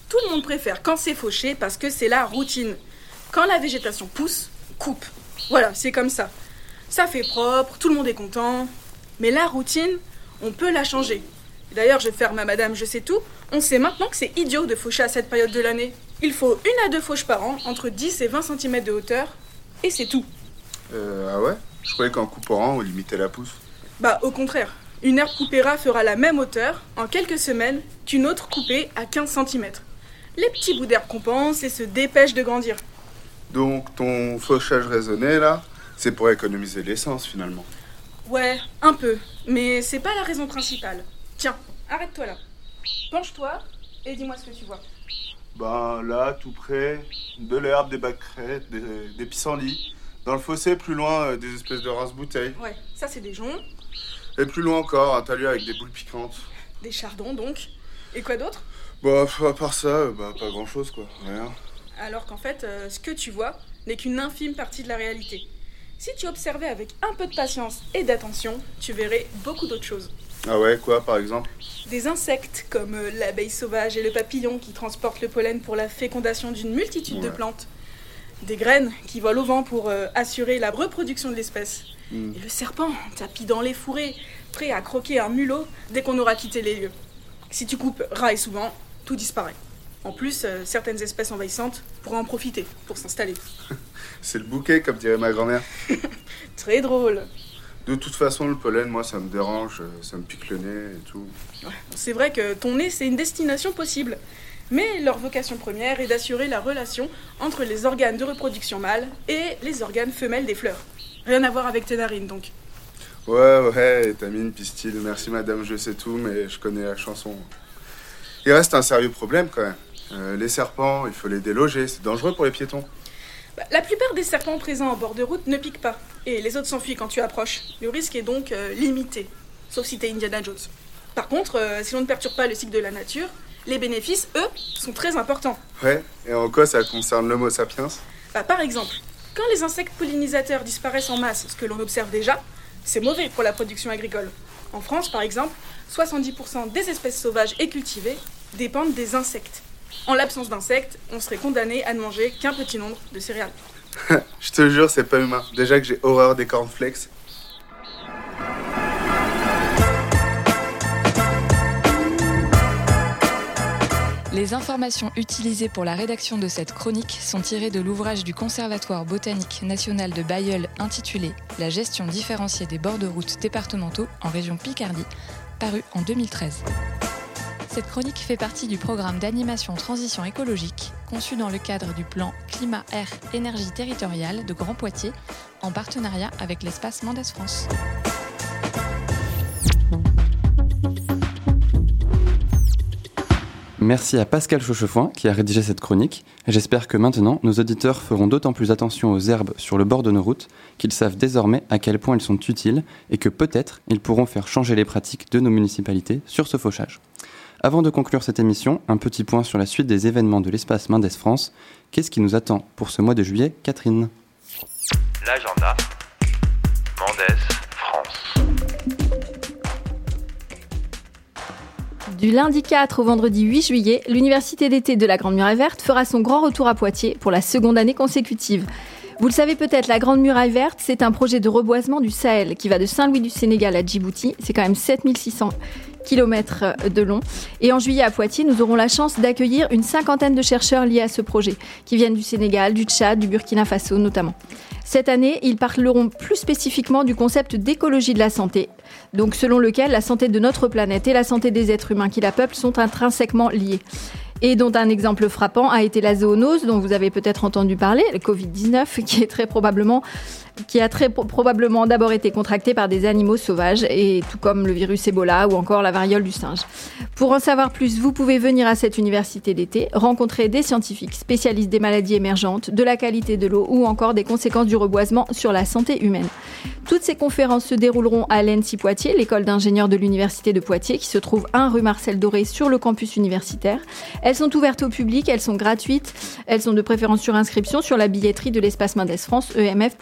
Tout le monde préfère quand c'est fauché parce que c'est la routine. Quand la végétation pousse, coupe. Voilà, c'est comme ça. Ça fait propre, tout le monde est content. Mais la routine, on peut la changer. D'ailleurs, je ferme à madame, je sais tout. On sait maintenant que c'est idiot de faucher à cette période de l'année. Il faut une à deux fauches par an, entre dix et vingt centimètres de hauteur. Et c'est tout. Euh, ah ouais? Je croyais qu'en coupant, on limitait la pousse. Bah, au contraire. Une herbe coupée ras fera la même hauteur, en quelques semaines, qu'une autre coupée à quinze centimètres. Les petits bouts d'herbe compensent et se dépêchent de grandir. Donc, ton fauchage raisonné, là, c'est pour économiser l'essence, finalement. Ouais, un peu. Mais c'est pas la raison principale. Tiens, arrête-toi là. Penche-toi et dis-moi ce que tu vois. Ben là, tout près, de l'herbe, des pâquerettes, des, des pissenlits. Dans le fossé, plus loin, euh, des espèces de rince-bouteilles. Ouais, ça c'est des joncs. Et plus loin encore, un talus avec des boules piquantes. Des chardons donc. Et quoi d'autre? Bah, à part ça, bah, pas grand-chose, quoi. Rien. Alors qu'en fait, euh, ce que tu vois n'est qu'une infime partie de la réalité. Si tu observais avec un peu de patience et d'attention, tu verrais beaucoup d'autres choses. Ah ouais, quoi, par exemple? Des insectes comme euh, l'abeille sauvage et le papillon qui transportent le pollen pour la fécondation d'une multitude ouais. de plantes. Des graines qui volent au vent pour euh, assurer la reproduction de l'espèce. Mm. Et le serpent, tapis dans les fourrés, prêt à croquer un mulot dès qu'on aura quitté les lieux. Si tu coupes ras et souvent, tout disparaît. En plus, euh, certaines espèces envahissantes pourraient en profiter pour s'installer. C'est le bouquet, comme dirait ma grand-mère. Très drôle. De toute façon, le pollen, moi, ça me dérange, ça me pique le nez et tout. Ouais, c'est vrai que ton nez, c'est une destination possible. Mais leur vocation première est d'assurer la relation entre les organes de reproduction mâles et les organes femelles des fleurs. Rien à voir avec tes narines, donc. Ouais, ouais, étamine, pistil, merci madame, je sais tout, mais je connais la chanson. Il reste un sérieux problème, quand même. Euh, les serpents, il faut les déloger, c'est dangereux pour les piétons. Bah, la plupart des serpents présents en bord de route ne piquent pas, et les autres s'enfuient quand tu approches. Le risque est donc euh, limité, sauf si t'es Indiana Jones. Par contre, euh, si on ne perturbe pas le cycle de la nature, les bénéfices, eux, sont très importants. Ouais, et en quoi ça concerne l'homo sapiens? Bah, par exemple, quand les insectes pollinisateurs disparaissent en masse, ce que l'on observe déjà, c'est mauvais pour la production agricole. En France, par exemple, soixante-dix pour cent des espèces sauvages et cultivées dépendent des insectes. En l'absence d'insectes, on serait condamné à ne manger qu'un petit nombre de céréales. Je te jure, c'est pas humain. Déjà que j'ai horreur des cornflakes. Les informations utilisées pour la rédaction de cette chronique sont tirées de l'ouvrage du Conservatoire botanique national de Bailleul intitulé « La gestion différenciée des bords de route départementaux en région Picardie », paru en deux mille treize. Cette chronique fait partie du programme d'animation transition écologique conçu dans le cadre du plan Climat-Air-Énergie territoriale de Grand Poitiers en partenariat avec l'espace Mendes France. Merci à Pascal Chauchefoin qui a rédigé cette chronique. J'espère que maintenant, nos auditeurs feront d'autant plus attention aux herbes sur le bord de nos routes qu'ils savent désormais à quel point elles sont utiles et que peut-être ils pourront faire changer les pratiques de nos municipalités sur ce fauchage. Avant de conclure cette émission, un petit point sur la suite des événements de l'espace Mendes France. Qu'est-ce qui nous attend pour ce mois de juillet, Catherine? L'agenda Mendes France. Du lundi quatre au vendredi huit juillet, l'université d'été de la Grande Muraille Verte fera son grand retour à Poitiers pour la seconde année consécutive. Vous le savez peut-être, la Grande Muraille Verte, c'est un projet de reboisement du Sahel qui va de Saint-Louis du Sénégal à Djibouti. C'est quand même sept mille six cents kilomètres de long. Et en juillet à Poitiers, nous aurons la chance d'accueillir une cinquantaine de chercheurs liés à ce projet, qui viennent du Sénégal, du Tchad, du Burkina Faso notamment. Cette année, ils parleront plus spécifiquement du concept d'écologie de la santé, donc selon lequel la santé de notre planète et la santé des êtres humains qui la peuplent sont intrinsèquement liées. Et dont un exemple frappant a été la zoonose, dont vous avez peut-être entendu parler, le covid dix-neuf, qui est très probablement, qui a très probablement d'abord été contracté par des animaux sauvages, et tout comme le virus Ebola ou encore la variole du singe. Pour en savoir plus, vous pouvez venir à cette université d'été, rencontrer des scientifiques spécialistes des maladies émergentes, de la qualité de l'eau ou encore des conséquences du reboisement sur la santé humaine. Toutes ces conférences se dérouleront à l'E N S I Poitiers, l'école d'ingénieurs de l'université de Poitiers, qui se trouve un rue Marcel Doré sur le campus universitaire. Elles sont ouvertes au public, elles sont gratuites, elles sont de préférence sur inscription sur la billetterie de l'espace Mendes France, e m f point f r.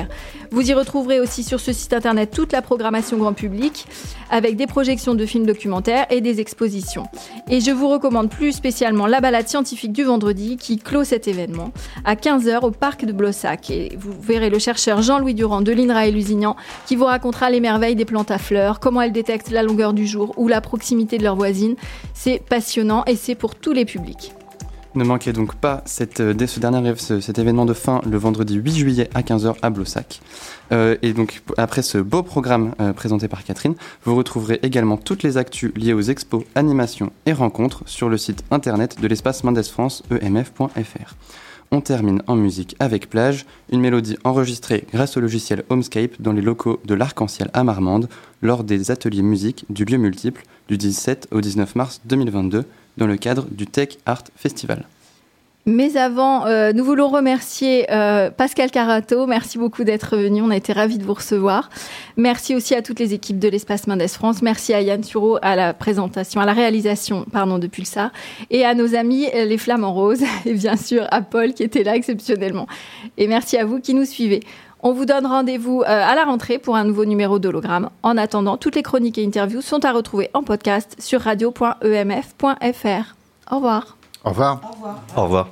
Vous y retrouverez aussi sur ce site internet toute la programmation grand public avec des projections de films documentaires et des expositions. Et je vous recommande plus spécialement la balade scientifique du vendredi qui clôt cet événement à quinze heures au parc de Blossac. Et vous verrez le chercheur Jean-Louis Durand de l'I N R A et Lusignan qui vous racontera les merveilles des plantes à fleurs, comment elles détectent la longueur du jour ou la proximité de leurs voisines. C'est passionnant et c'est pour tous les publics. Ne manquez donc pas cette, dès ce dernier, ce, cet événement de fin le vendredi huit juillet à quinze heures à Blossac. Euh, et donc après ce beau programme euh, présenté par Catherine, vous retrouverez également toutes les actus liées aux expos, animations et rencontres sur le site internet de l'espace Mendes France, e m f point f r. On termine en musique avec Plage, une mélodie enregistrée grâce au logiciel Homescape dans les locaux de l'Arc-en-Ciel à Marmande lors des ateliers musique du lieu multiple du dix-sept au dix-neuf mars deux mille vingt-deux dans le cadre du Tech Art Festival. Mais avant, euh, nous voulons remercier euh, Pascal Carato. Merci beaucoup d'être venu. On a été ravis de vous recevoir. Merci aussi à toutes les équipes de l'Espace Mendes France. Merci à Yann Thureau à la présentation, à la réalisation, pardon, de Pulsar. Et à nos amis, les Flamands Roses. Et bien sûr, à Paul qui était là exceptionnellement. Et merci à vous qui nous suivez. On vous donne rendez-vous euh, à la rentrée pour un nouveau numéro d'Hologramme. En attendant, toutes les chroniques et interviews sont à retrouver en podcast sur radio point e m f point f r. Au revoir. Au revoir. Au revoir. Au revoir.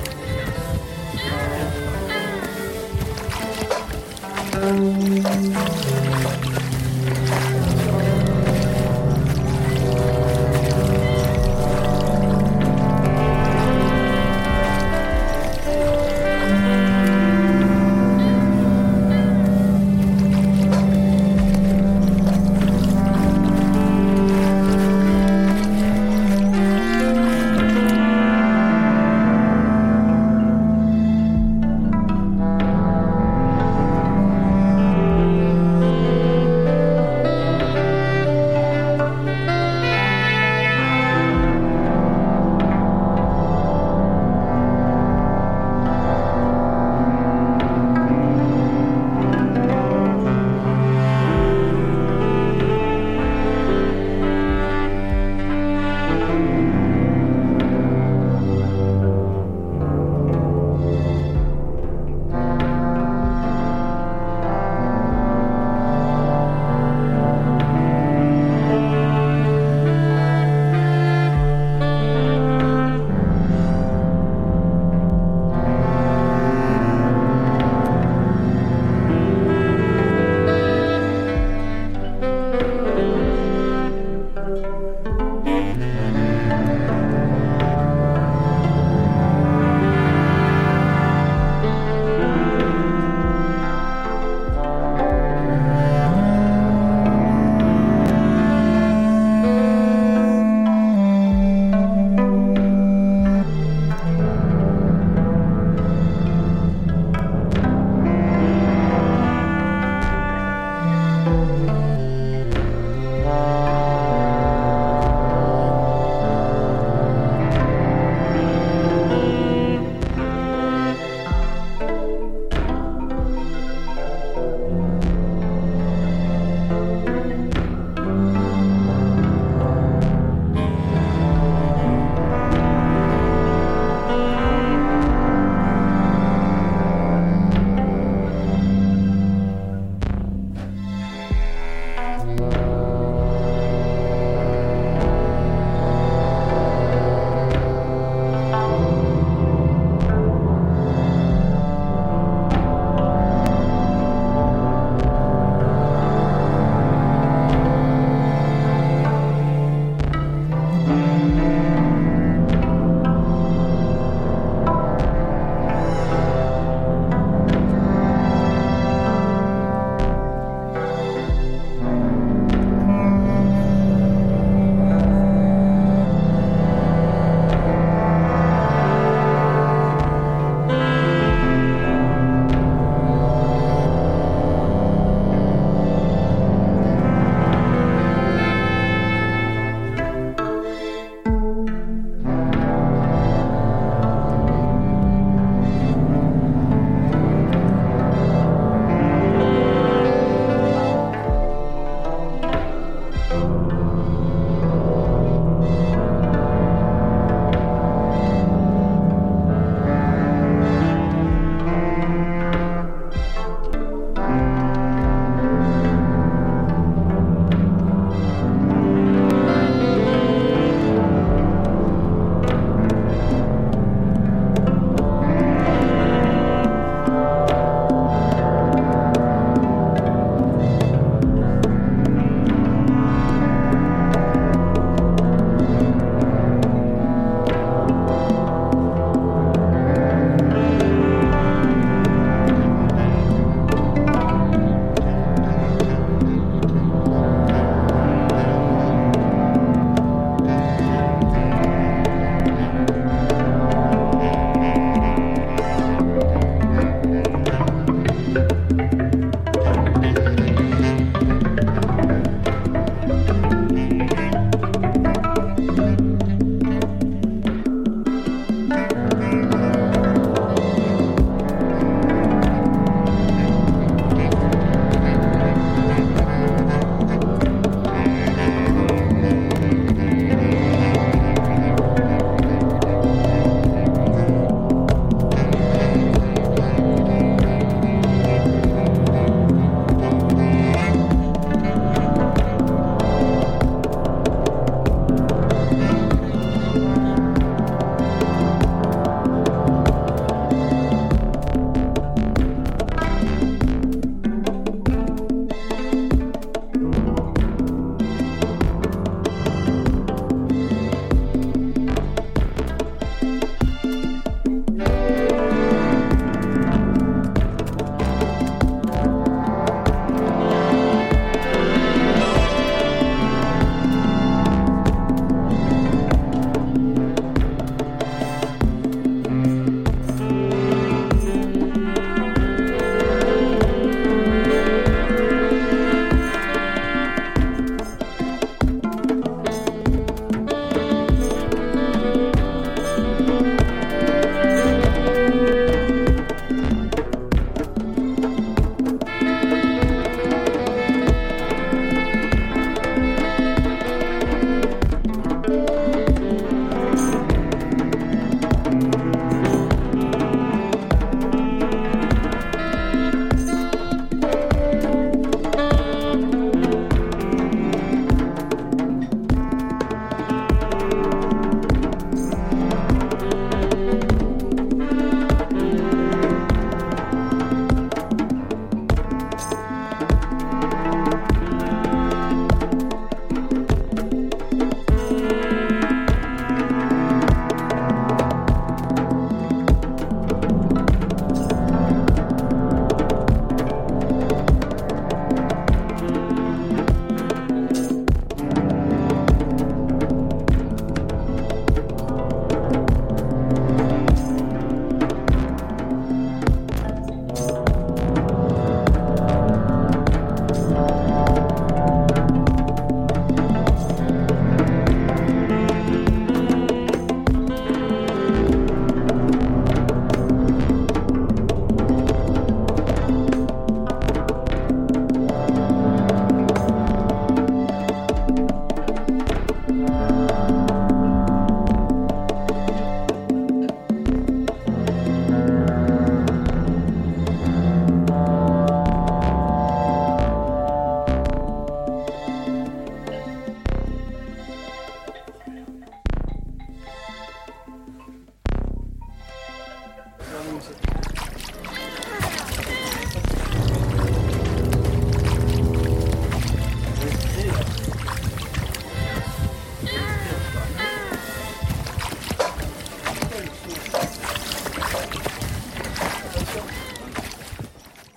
Thank you.